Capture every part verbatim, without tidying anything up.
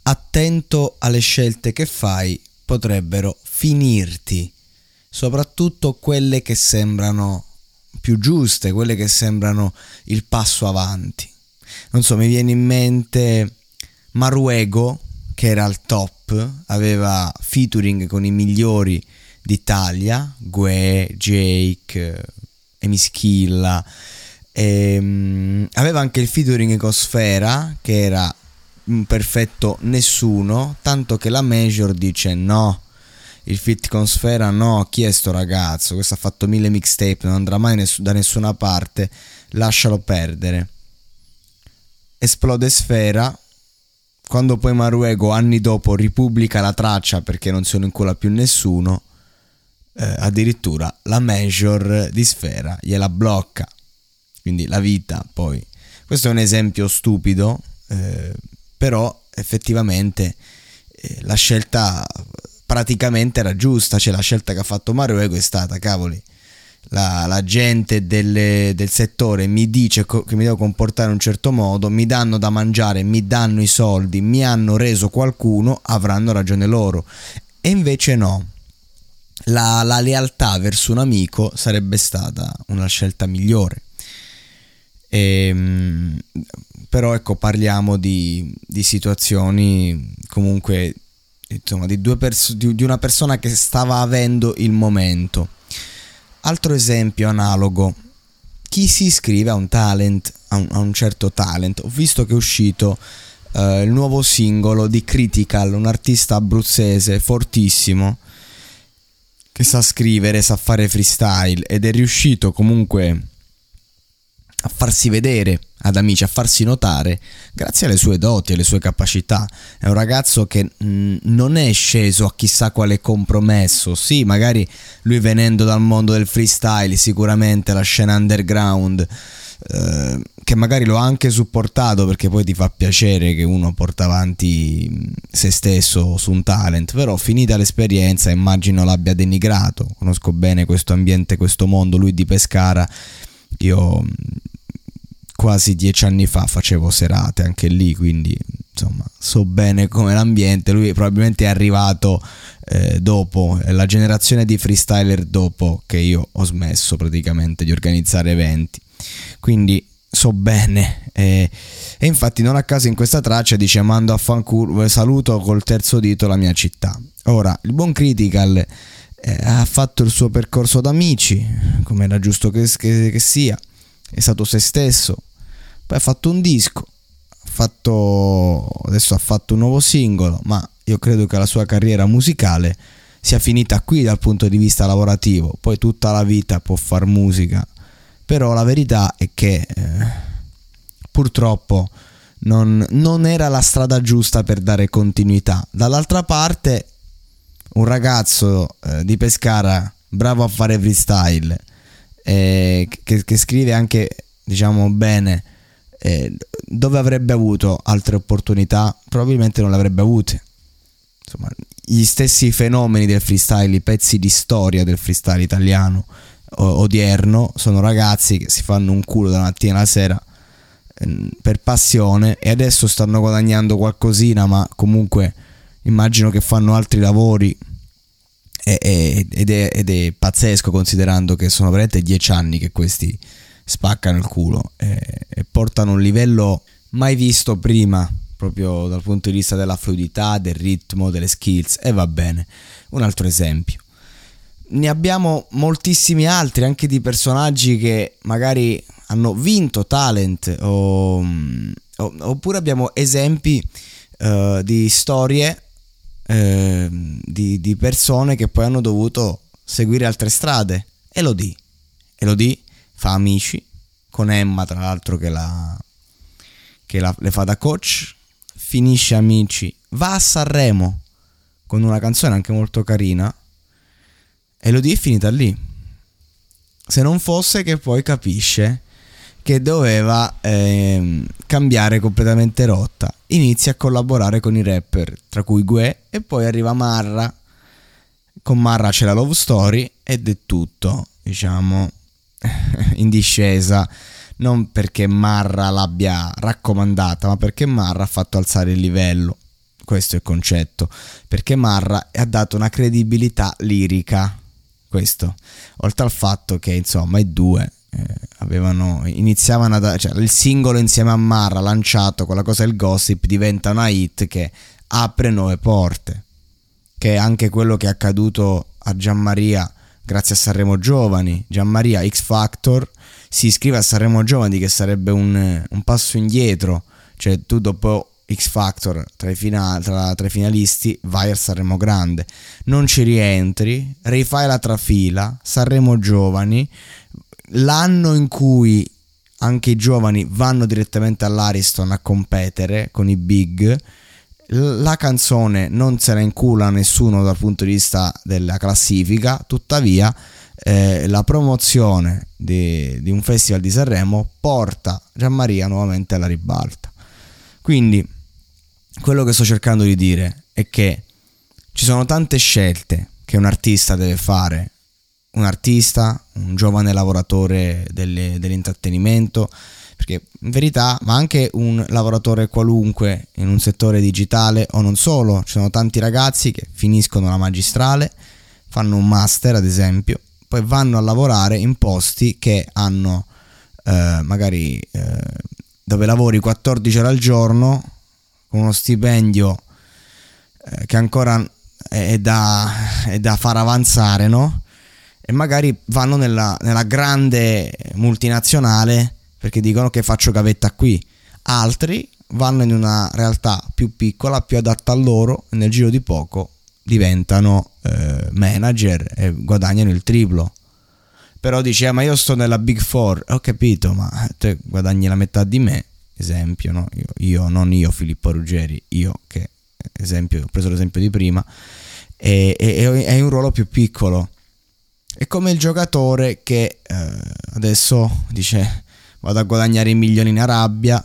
attento alle scelte che fai, potrebbero finirti, soprattutto quelle che sembrano più giuste, quelle che sembrano il passo avanti. Non so, mi viene in mente Maruego, che era al top, aveva featuring con i migliori d'Italia, Gue, Jake, Emischilla, e, um, aveva anche il featuring con Sfera, che era un perfetto nessuno, tanto che la Major dice no, il feat con Sfera no, chi è sto ragazzo, questo ha fatto mille mixtape, non andrà mai ness- da nessuna parte, lascialo perdere. Esplode Sfera, quando poi Maruego anni dopo ripubblica la traccia perché non se ne incola più nessuno, eh, addirittura la Major di Sfera gliela blocca. Quindi la vita poi, questo è un esempio stupido, eh, però effettivamente eh, la scelta praticamente era giusta, cioè la scelta che ha fatto Maruego è stata, cavoli, la, la gente delle, del settore mi dice co- che mi devo comportare in un certo modo, mi danno da mangiare, mi danno i soldi, mi hanno reso qualcuno, avranno ragione loro. E invece no, la, la lealtà verso un amico sarebbe stata una scelta migliore. E, però ecco, parliamo di, di situazioni comunque, insomma, di, due pers- di, di una persona che stava avendo il momento. Altro esempio analogo: chi si iscrive a un talent, a un, a un certo talent. Ho visto che è uscito uh, il nuovo singolo di Critical, un artista abruzzese fortissimo che sa scrivere, sa fare freestyle, ed è riuscito comunque a farsi vedere ad amici, a farsi notare grazie alle sue doti, alle sue capacità. È un ragazzo che mh, non è sceso a chissà quale compromesso. Sì, magari lui, venendo dal mondo del freestyle, sicuramente la scena underground, eh, che magari lo ha anche supportato, perché poi ti fa piacere che uno porta avanti se stesso su un talent, però finita l'esperienza immagino l'abbia denigrato. Conosco bene questo ambiente, questo mondo. Lui di Pescara, io quasi dieci anni fa facevo serate anche lì, quindi insomma so bene come l'ambiente. Lui probabilmente è arrivato eh, dopo, è la generazione di freestyler dopo che io ho smesso praticamente di organizzare eventi, quindi so bene. eh, e infatti non a caso in questa traccia dice: mando a fanculo, saluto col terzo dito la mia città. Ora, il buon Critical eh, ha fatto il suo percorso d'amici, come era giusto che, che, che sia, è stato se stesso, poi ha fatto un disco, ha fatto, adesso ha fatto un nuovo singolo, ma io credo che la sua carriera musicale sia finita qui dal punto di vista lavorativo. Poi tutta la vita può far musica, però la verità è che eh, purtroppo non, non era la strada giusta per dare continuità. Dall'altra parte un ragazzo eh, di Pescara bravo a fare freestyle, eh, che, che scrive anche, diciamo, bene, eh, dove avrebbe avuto altre opportunità? Probabilmente non le avrebbe avute. Insomma, gli stessi fenomeni del freestyle, i pezzi di storia del freestyle italiano o- odierno, sono ragazzi che si fanno un culo dalla mattina alla sera eh, per passione, e adesso stanno guadagnando qualcosina, ma comunque immagino che fanno altri lavori, e, e, ed, è, ed è pazzesco, considerando che sono veramente dieci anni che questi spaccano il culo e, e portano un livello mai visto prima, proprio dal punto di vista della fluidità, del ritmo, delle skills. E va bene. Un altro esempio, ne abbiamo moltissimi altri, anche di personaggi che magari hanno vinto talent, o, o, oppure abbiamo esempi uh, di storie uh, di, di persone che poi hanno dovuto seguire altre strade. Elodie Elodie fa Amici con Emma, tra l'altro, che, la, che la, le fa da coach, finisce Amici, va a Sanremo con una canzone anche molto carina. Elodie è finita lì, se non fosse che poi capisce che doveva eh, cambiare completamente rotta, inizia a collaborare con i rapper, tra cui Gue, e poi arriva Marra. Con Marra c'è la love story ed è tutto, diciamo, in discesa, non perché Marra l'abbia raccomandata, ma perché Marra ha fatto alzare il livello. questo è il concetto, perché Marra ha dato una credibilità lirica, questo, oltre al fatto che insomma i due eh, avevano iniziavano a cioè il singolo insieme a Marra lanciato con la cosa del gossip diventa una hit che apre nuove porte, che è anche quello che è accaduto a Gianmaria grazie a Sanremo Giovani. Gianmaria X Factor si iscrive a Sanremo Giovani, che sarebbe un, un passo indietro, cioè tu dopo X Factor tra i, fina- tra, tra i finalisti vai al Sanremo Grande, non ci rientri, rifai la trafila, Sanremo Giovani, l'anno in cui anche i giovani vanno direttamente all'Ariston a competere con i big, la canzone non se la incula nessuno dal punto di vista della classifica, tuttavia eh, la promozione di, di un festival di Sanremo porta Gianmaria nuovamente alla ribalta. Quindi quello che sto cercando di dire è che ci sono tante scelte che un artista deve fare, un artista, un giovane lavoratore delle, dell'intrattenimento, perché in verità, ma anche un lavoratore qualunque in un settore digitale o non solo, ci sono tanti ragazzi che finiscono la magistrale, fanno un master ad esempio, poi vanno a lavorare in posti che hanno eh, magari eh, dove lavori quattordici ore al giorno con uno stipendio eh, che ancora è da, è da far avanzare, no? E magari vanno nella, nella grande multinazionale perché dicono che faccio gavetta qui. Altri vanno in una realtà più piccola, più adatta a loro, e nel giro di poco diventano eh, manager e guadagnano il triplo. Però dici, eh, ma io sto nella Big Four. Ho capito, ma te guadagni la metà di me, esempio, no? Io, io non io Filippo Ruggeri, io che esempio, ho preso l'esempio di prima, e, e, è un ruolo più piccolo. È come il giocatore che eh, adesso dice vado a guadagnare i milioni in Arabia,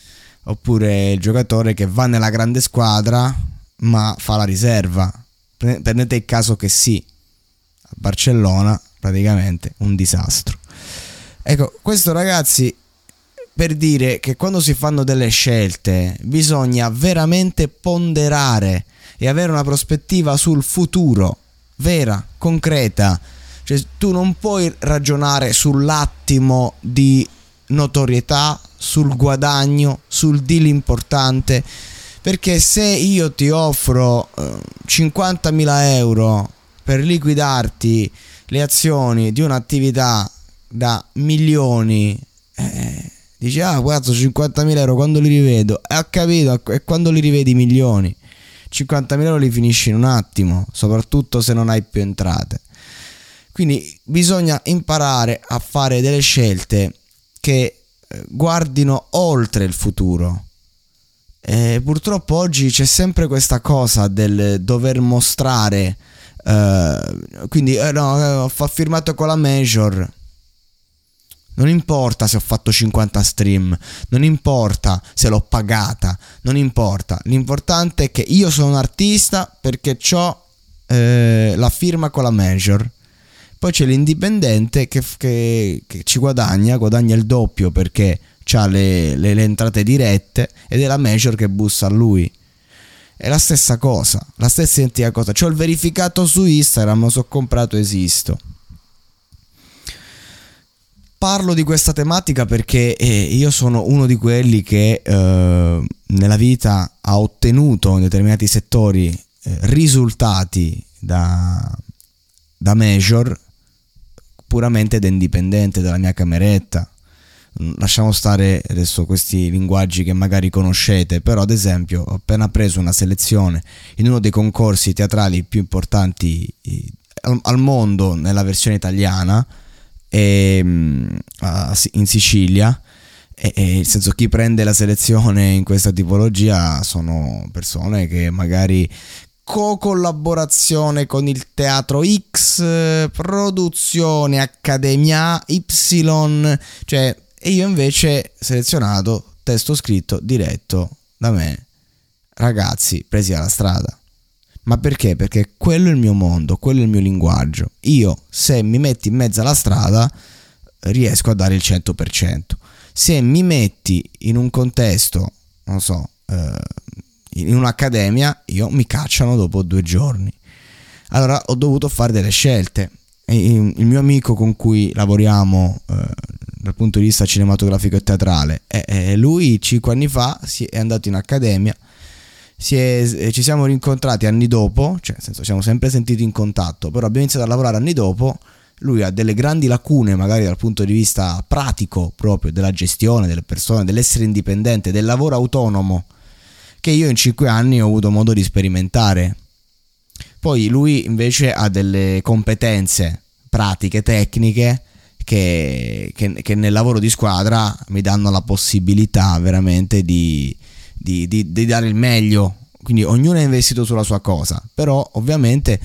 oppure il giocatore che va nella grande squadra ma fa la riserva. Prendete il caso che sì, a Barcellona praticamente un disastro. Ecco, questo ragazzi per dire che quando si fanno delle scelte bisogna veramente ponderare e avere una prospettiva sul futuro vera, concreta. Cioè tu non puoi ragionare sull'attimo di notorietà, sul guadagno, sul deal importante, perché se io ti offro eh, cinquantamila euro per liquidarti le azioni di un'attività da milioni, eh, dici ah guarda cinquantamila euro quando li rivedo, e eh, ho capito, e quando li rivedi milioni, cinquantamila euro li finisci in un attimo, soprattutto se non hai più entrate. Quindi bisogna imparare a fare delle scelte che guardino oltre il futuro. E purtroppo oggi c'è sempre questa cosa del dover mostrare, eh, quindi eh, no, ho firmato con la major, non importa se ho fatto cinquanta stream, non importa se l'ho pagata, non importa, l'importante è che io sono un artista perché ho eh, la firma con la major. Poi c'è l'indipendente che, che, che ci guadagna, guadagna il doppio perché ha le, le, le entrate dirette, ed è la major che bussa a lui. È la stessa cosa, la stessa identica cosa. C'ho il verificato su Instagram, lo so comprato, esisto. Parlo di questa tematica perché eh, io sono uno di quelli che eh, nella vita ha ottenuto in determinati settori eh, risultati da, da major puramente da indipendente, dalla mia cameretta. Lasciamo stare adesso questi linguaggi che magari conoscete, però ad esempio ho appena preso una selezione in uno dei concorsi teatrali più importanti al, al mondo nella versione italiana, e, in Sicilia, e, e nel senso, chi prende la selezione in questa tipologia sono persone che magari co-collaborazione con il Teatro X, produzione Accademia Y, cioè, e io invece selezionato, testo scritto, diretto da me, ragazzi presi alla strada. Ma perché? Perché quello è il mio mondo, quello è il mio linguaggio. Io, se mi metti in mezzo alla strada, riesco a dare il cento per cento. Se mi metti in un contesto, non so, eh, in un'accademia io mi cacciano dopo due giorni. Allora ho dovuto fare delle scelte. Il mio amico con cui lavoriamo eh, dal punto di vista cinematografico e teatrale, eh, eh, lui cinque anni fa si è andato in accademia, si è, eh, ci siamo rincontrati anni dopo, cioè nel senso siamo sempre sentiti in contatto, però abbiamo iniziato a lavorare anni dopo. Lui ha delle grandi lacune magari dal punto di vista pratico, proprio della gestione delle persone, dell'essere indipendente, del lavoro autonomo, che io in cinque anni ho avuto modo di sperimentare. Poi lui invece ha delle competenze pratiche, tecniche che, che, che nel lavoro di squadra mi danno la possibilità veramente di, di, di, di dare il meglio. Quindi ognuno è investito sulla sua cosa, però ovviamente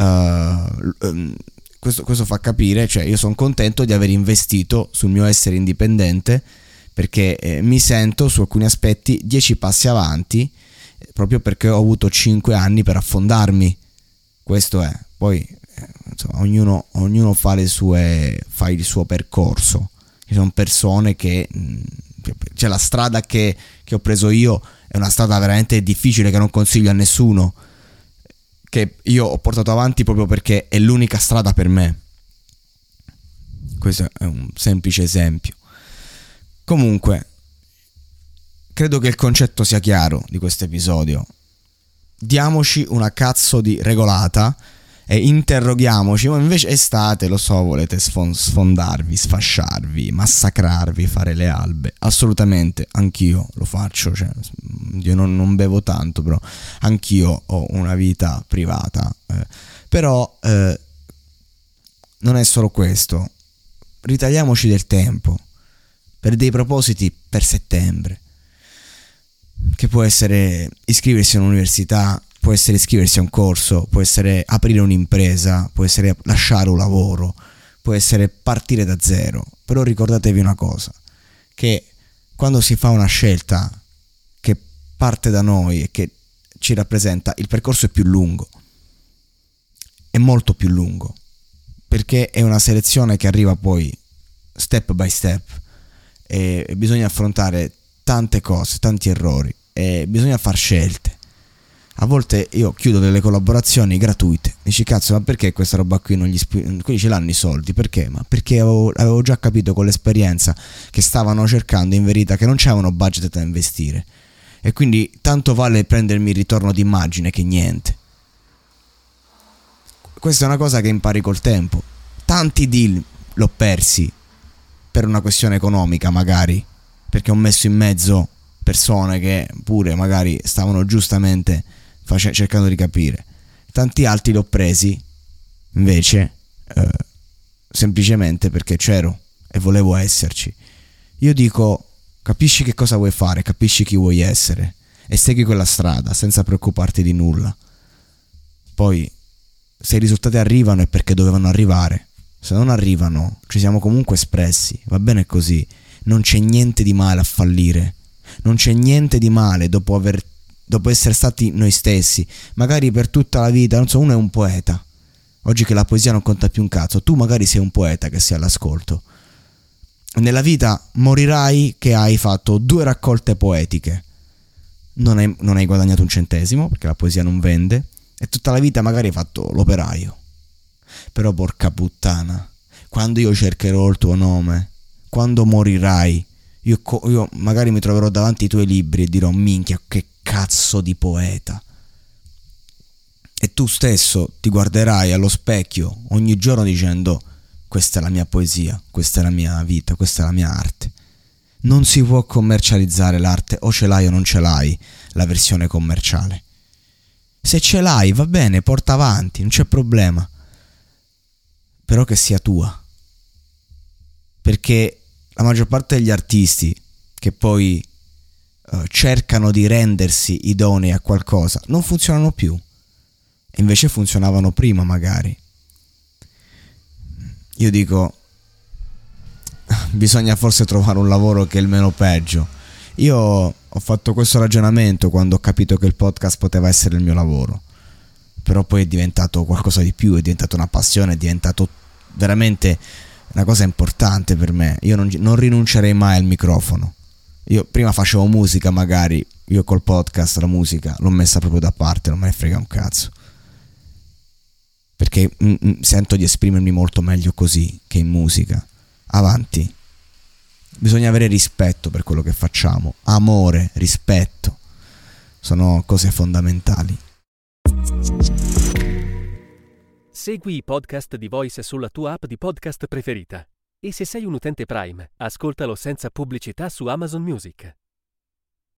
uh, questo, questo fa capire, cioè io sono contento di aver investito sul mio essere indipendente, perché eh, mi sento su alcuni aspetti dieci passi avanti, eh, proprio perché ho avuto cinque anni per affondarmi. Questo è, poi eh, insomma, ognuno, ognuno fa le sue, fa il suo percorso. Ci sono persone che, cioè la strada che, che ho preso io è una strada veramente difficile, che non consiglio a nessuno, che io ho portato avanti proprio perché è l'unica strada per me. Questo è un semplice esempio. Comunque, credo che il concetto sia chiaro di questo episodio. Diamoci una cazzo di regolata e interroghiamoci. Ma invece estate, lo so, volete sfondarvi, sfasciarvi, massacrarvi, fare le albe. Assolutamente, anch'io lo faccio, cioè, io non, non bevo tanto, però anch'io ho una vita privata, eh. Però eh, non è solo questo. Ritagliamoci del tempo per dei propositi per settembre, che può essere iscriversi a un'università, può essere iscriversi a un corso, può essere aprire un'impresa, può essere lasciare un lavoro, può essere partire da zero. Però ricordatevi una cosa, che quando si fa una scelta che parte da noi e che ci rappresenta, il percorso è più lungo, è molto più lungo, perché è una selezione che arriva poi step by step e bisogna affrontare tante cose, tanti errori, e bisogna far scelte. A volte io chiudo delle collaborazioni gratuite, dici cazzo, ma perché questa roba qui non gli sp- quelli ce l'hanno i soldi, perché? Ma perché avevo, avevo già capito con l'esperienza che stavano cercando in verità, che non c'avevano budget da investire, e quindi tanto vale prendermi il ritorno d'immagine che niente. Questa è una cosa che impari col tempo. Tanti deal l'ho persi per una questione economica, magari perché ho messo in mezzo persone che pure magari stavano giustamente face- cercando di capire. Tanti altri li ho presi invece eh, semplicemente perché c'ero e volevo esserci. Io dico, capisci che cosa vuoi fare, capisci chi vuoi essere e segui quella strada senza preoccuparti di nulla. Poi se i risultati arrivano è perché dovevano arrivare. Se non arrivano, ci siamo comunque espressi, va bene così. Non c'è niente di male a fallire, non c'è niente di male dopo aver dopo essere stati noi stessi, magari per tutta la vita. Non so, uno è un poeta, oggi che la poesia non conta più un cazzo, tu magari sei un poeta che sei all'ascolto. Nella vita morirai che hai fatto due raccolte poetiche, non hai, non hai guadagnato un centesimo perché la poesia non vende, e tutta la vita magari hai fatto l'operaio. Però porca puttana, quando io cercherò il tuo nome, quando morirai, io, io magari mi troverò davanti ai tuoi libri e dirò minchia che cazzo di poeta. E tu stesso ti guarderai allo specchio ogni giorno dicendo questa è la mia poesia, questa è la mia vita, questa è la mia arte. Non si può commercializzare l'arte, o ce l'hai o non ce l'hai la versione commerciale. Se ce l'hai va bene, porta avanti, non c'è problema, però che sia tua. Perché la maggior parte degli artisti che poi uh, cercano di rendersi idonei a qualcosa non funzionano più, e invece funzionavano prima magari. Io dico, bisogna forse trovare un lavoro che è il meno peggio. Io ho fatto questo ragionamento quando ho capito che il podcast poteva essere il mio lavoro, però poi è diventato qualcosa di più, è diventato una passione, è diventato veramente una cosa importante per me. Io non, non rinuncerei mai al microfono. Io prima facevo musica magari io col podcast, la musica, l'ho messa proprio da parte, non me ne frega un cazzo. Perché mm, mm, sento di esprimermi molto meglio così che in musica. Avanti. Bisogna avere rispetto per quello che facciamo. Amore, rispetto. Sono cose fondamentali. Segui i podcast di Voice sulla tua app di podcast preferita. E se sei un utente Prime, ascoltalo senza pubblicità su Amazon Music.